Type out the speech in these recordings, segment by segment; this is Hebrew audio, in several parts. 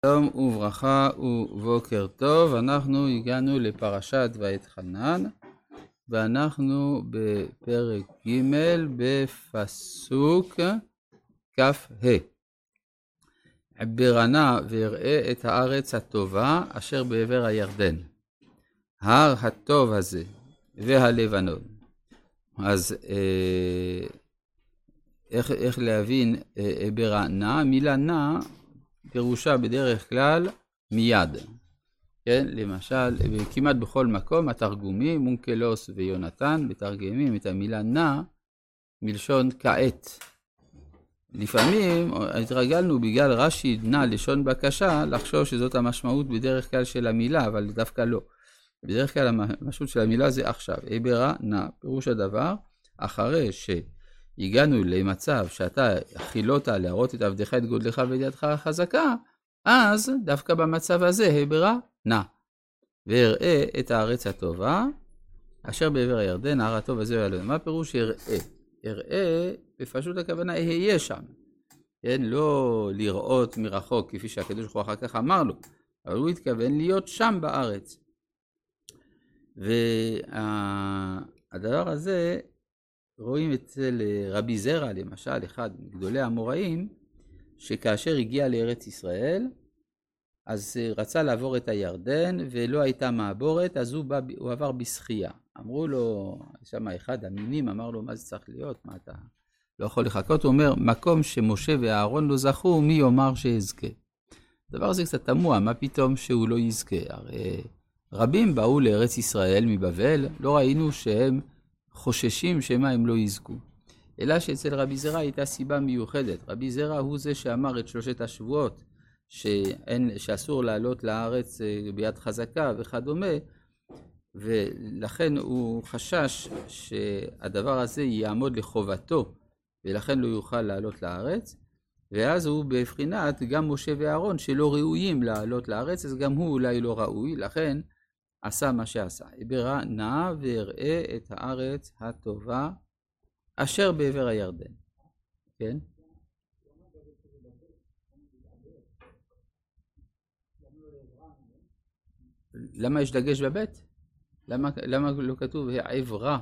שלום וברכה ובוקר טוב, אנחנו הגענו לפרשת ואתחנן ואנחנו בפרק ג' בפסוק כ"ה. עברנה ויראה את הארץ הטובה אשר בעבר הירדן, הר הטוב הזה והלבנון. אז איך להבין עברנה? מילה נע פירושה בדרך כלל מיד. כן, למשל, כמעט בכל מקום התרגומים, מונקלוס ויונתן, מתרגמים את המילה נע מלשון כעת. לפעמים התרגלנו בגלל רש"י נע לשון בקשה לחשוב שזאת המשמעות בדרך כלל של המילה, אבל דווקא לא. בדרך כלל המשמעות של המילה זה עכשיו. עברה נע, פירוש הדבר, אחרי שהגענו למצב שאתה חילת להראות את עבדך את גודלך ואת ידך החזקה, אז דווקא במצב הזה עברה נע. ויראה את הארץ הטובה, אשר בעבר הירדן, ההר הטוב הזה והלבנון. מה פירוש יראה? יראה, בפשוט הכוונה, אהיה שם. כן, לא לראות מרחוק, כפי שהקדוש ברוך הוא אחר כך אמר לו, אבל הוא התכוון להיות שם בארץ. והדבר הזה, רואים אצל רבי זרע, למשל, אחד מגדולי האמוראים, שכאשר הגיע לארץ ישראל, אז רצה לעבור את הירדן, ולא הייתה מעבורת, אז הוא עבר בשחייה. אמרו לו, שם אחד המינים אמר לו, מה זה צריך להיות? מה אתה לא יכול לחכות? הוא אומר, מקום שמשה ואהרון לא זכו, מי יאמר שיזכה? הדבר הזה קצת תמוה, מה פתאום שהוא לא יזכה? הרי רבים באו לארץ ישראל מבבל, לא ראינו שהם חוששים שמה הם לא יזכו. אלא שאצל רבי זרע הייתה סיבה מיוחדת. רבי זרע הוא זה שאמר את 3 השבועות, שאסור לעלות לארץ ביד חזקה וכדומה, ולכן הוא חשש שהדבר הזה יעמוד לחובתו, ולכן לא יוכל לעלות לארץ, ואז הוא בבחינת גם משה ואהרון שלא ראויים לעלות לארץ, אז גם הוא אולי לא ראוי, לכן עשה מה שעשה. עברה נע ויראה את הארץ הטובה אשר בעבר הירדן. כן? למה יש דגש בבית? למה לא כתוב עברה?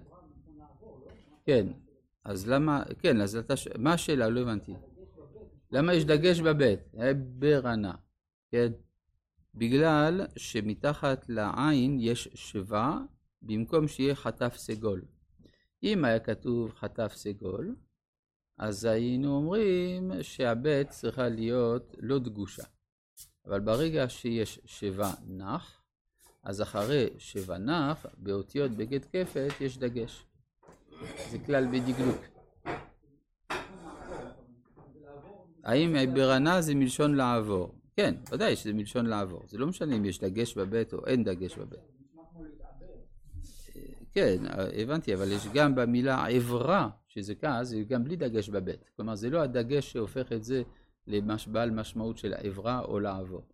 כן, אז למה, כן, אז מה השאלה? לא הבנתי. למה יש דגש בבית? עברה נע, כן? בגלל שמתחת לעין יש שווה במקום שיהיה חטף סגול. אם היה כתוב חטף סגול, אז היינו אומרים שהבית צריכה להיות לא דגושה. אבל ברגע שיש שווה נח, אז אחרי שווה נח, באותיות בגד כפת יש דגש. זה כלל בדקדוק. האם עברה נע זה מלשון לעבור? כן, ודאי שזה מלשון לעבור. זה לא משנה אם יש דגש בבית או אין דגש בבית. כן, הבנתי, אבל יש גם במילה עברה, שזה כך, זה גם בלי דגש בבית. כלומר, זה לא הדגש שהופך את זה לבעל משמעות של עברה או לעבור.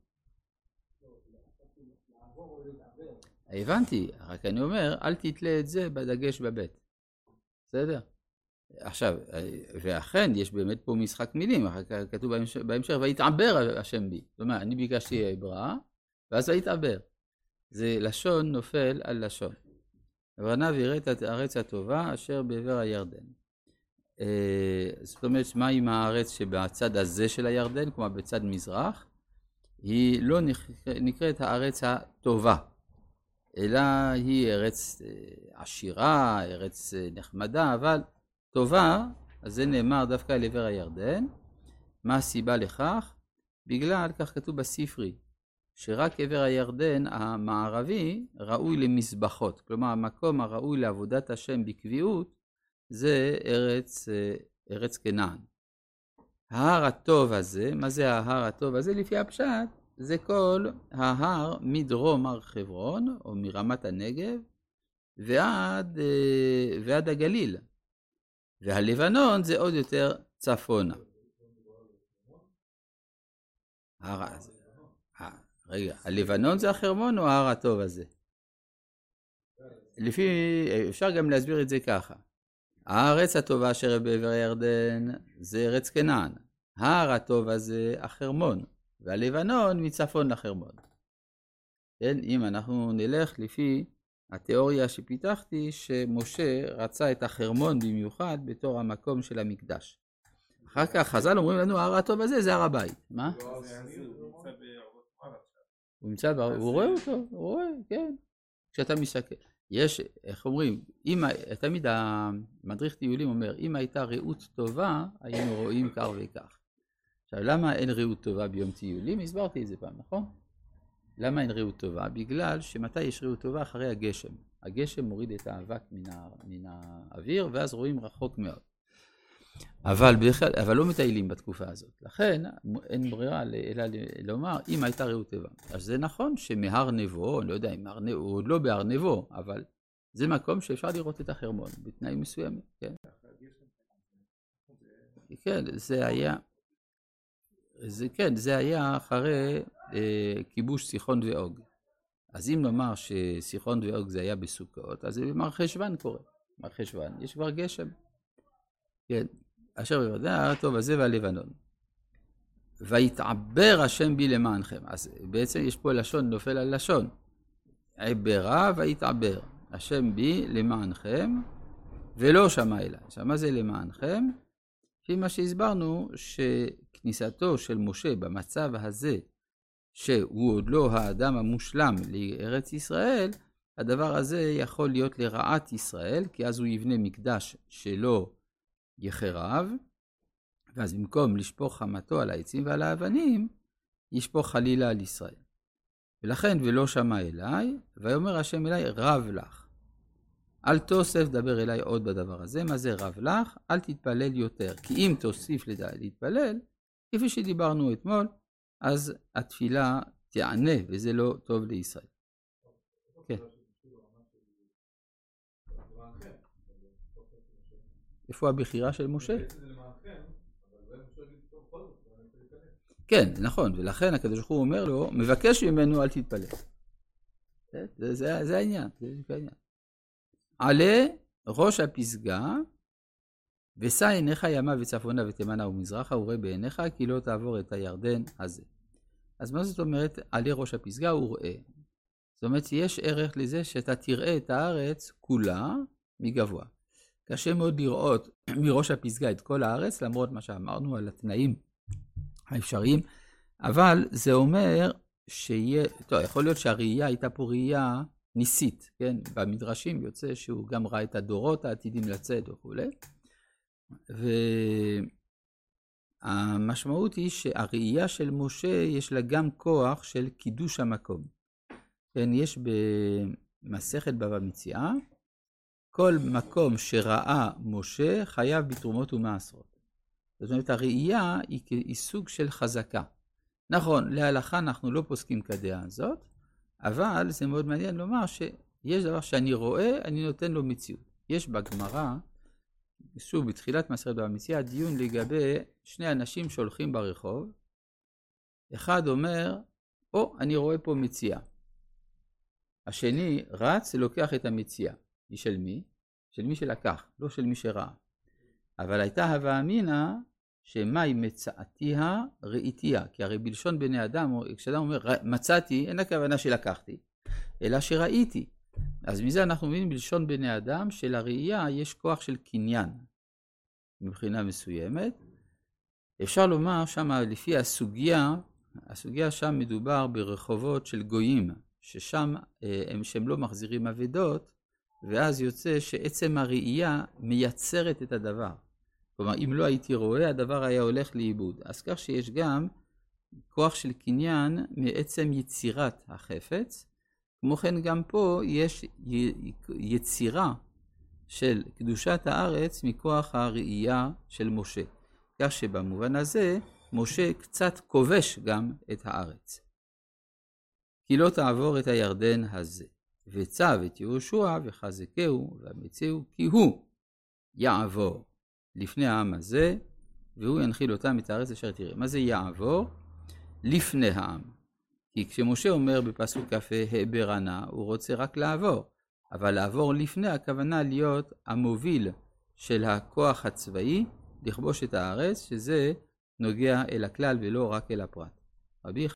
הבנתי, רק אני אומר, אל תתלה את זה בדגש בבית. בסדר? עכשיו, ואכן יש באמת פה משחק מילים, כתוב בהמשך, ויתעבר השם בי. זאת אומרת, אני ביקשתי עברה, ואז ויתעבר. זה לשון נופל על לשון. עברנה ויראה את הארץ הטובה אשר בעבר הירדן. זאת אומרת, מה עם הארץ שבצד הזה של הירדן, כמו בצד מזרח? היא לא נקראת הארץ הטובה, אלא היא ארץ עשירה, ארץ נחמדה, אבל טובה, אז זה נאמר דווקא על עבר הירדן. מה הסיבה לכך? בגלל, כך כתוב בספרי, שרק עבר הירדן המערבי ראוי למזבחות. כלומר, המקום הראוי לעבודת השם בקביעות, זה ארץ כנען. ההר הטוב הזה, מה זה ההר הטוב הזה? לפי הפשט, זה כל ההר מדרום הר חברון, או מרמת הנגב, ועד הגליל. והלבנון זה עוד יותר צפונה. רגע, הלבנון זה החרמון או ההר הטוב הזה? אפשר גם להסביר את זה ככה. הארץ הטובה אשר בעבר הירדן זה ארץ כנען. ההר הטוב הזה החרמון. והלבנון מצפון לחרמון. כן, אם אנחנו נלך לפי התיאוריה שפיתחתי, שמשה רצה את החרמון במיוחד בתור המקום של המקדש. אחר כך חז"ל אומרים לנו, ההר הטוב הזה זה הר הבית. מה? הוא נמצא בערבות, הוא רואה אותו, הוא רואה, כן. כשאתה מסתכל, יש, איך אומרים, תמיד המדריך טיולים אומר, אם הייתה ראות טובה, היינו רואים כך וכך. עכשיו, למה אין ראות טובה ביום טיולים? הסברתי את זה פעם, נכון? למה אין ראות טובה? בגלל שמתי יש ראות טובה? אחרי הגשם. הגשם מוריד את האבק מן האוויר, ואז רואים רחוק מאוד. אבל לא מטיילים בתקופה הזאת. לכן, אין ברירה אלא לומר, אם הייתה ראות טובה. אז זה נכון שמהר נבו, אני לא יודע אם הוא עוד לא בהר נבו, אבל זה מקום שאפשר לראות את החרמון, בתנאים מסוימים, כן? כן, זה היה אחרי כיבוש סיחון ואוג. אז אם נאמר שסיחון ואוג זה היה בסוכות, אז זה במר חשוון קורה. במר חשוון, יש כבר גשם. כן, אשר בוודאי הטוב הזה והלבנון. ויתעבר השם בי למענכם. אז בעצם יש פה לשון, נופל על לשון. עברה ויתעבר השם בי למענכם, ולא שמע אליי. שמה זה למענכם? לפי מה שהסברנו, שכניסתו של משה במצב הזה, שהוא עוד לא האדם המושלם לארץ ישראל, הדבר הזה יכול להיות לרעת ישראל, כי אז הוא יבנה מקדש שלא יחרב, ואז במקום לשפוך חמתו על העצים ועל האבנים, ישפוך חלילה על ישראל. ולכן ולא שמע אליי, ויאמר השם אליי רב לך. אל תוסף דבר אליי עוד בדבר הזה. מה זה רב לך? אל תתפלל יותר. כי אם תוסיף להתפלל, כפי שדיברנו אתמול, אז התפילה תענה, וזה לא טוב לישראל. כן. איפה הבחירה של משה? כן, נכון, ולכן הקדוש ברוך הוא אומר לו, מבקש ממנו אל תתפלל. זה העניין, זה העניין. עלה ראש הפסגה, ושא עיניך ימה וצפונה ותימנה ומזרחה, וראה בעיניך כי לא תעבור את הירדן הזה. אז מה זאת אומרת, עלה ראש הפסגה וראה? זאת אומרת, יש ערך לזה שאתה תראה את הארץ כולה מגבוה. קשה מאוד לראות מראש הפסגה את כל הארץ, למרות מה שאמרנו על התנאים האפשריים, אבל זה אומר טוב, יכול להיות שהראייה הייתה פה ראייה ניסית, כן? במדרשים יוצא שהוא גם ראה את הדורות העתידים לצאת וכו'. והמשמעות היא שהראייה של משה יש לה גם כוח של קידוש המקום. כן, יש במסכת בבא מציעא, כל מקום שראה משה חייב בתרומות ומעשרות. זאת אומרת, הראייה היא סוג של חזקה. נכון, להלכה אנחנו לא פוסקים כדעה הזאת, אבל זה מאוד מעניין לומר שיש דבר שאני רואה, אני נותן לו מציאות. יש בגמרא, שוב בתחילת מסכת בבא מציעא, דיון לגבי שני אנשים שהולכים ברחוב. אחד אומר, אני רואה פה מציאה. השני רץ ולוקח את המציאה. היא של מי? של מי שלקח, לא של מי שראה. אבל הייתה הווה אמינא שמאי מצאתיה ראיתיה, כי הרי בלשון בני אדם, כשאדם אומר מצאתי, אין הכוונה שלקחתי, אלא שראיתי. אז מזה אנחנו מבינים בלשון בני אדם שלראייה יש כוח של קניין מבחינה מסוימת. אפשר לומר שם לפי הסוגיה שם מדובר ברחובות של גויים, ששם שהם לא מחזירים אבדות, ואז יוצא שעצם הראייה מייצרת את הדבר. כלומר, אם לא הייתי רואה, הדבר היה הולך לאיבוד. אז כך שיש גם כוח של קניין מעצם יצירת החפץ. כמו כן גם פה יש יצירה של קדושת הארץ מכוח הראייה של משה. כך שבמובן הזה, משה קצת כובש גם את הארץ. כי לא תעבור את הירדן הזה. וצב את יהושע וחזקהו ואמציהו, כי הוא יעבור לפני העם הזה, והוא ינחיל אותם את הארץ אשר תראה. מה זה יעבור? לפני העם. כי כשמשה אומר בפסוק כ"ה העברנה, הוא רוצה רק לעבור. אבל לעבור לפני, הכוונה להיות המוביל של הכוח הצבאי, לכבוש את הארץ, שזה נוגע אל הכלל ולא רק אל הפרט. רבי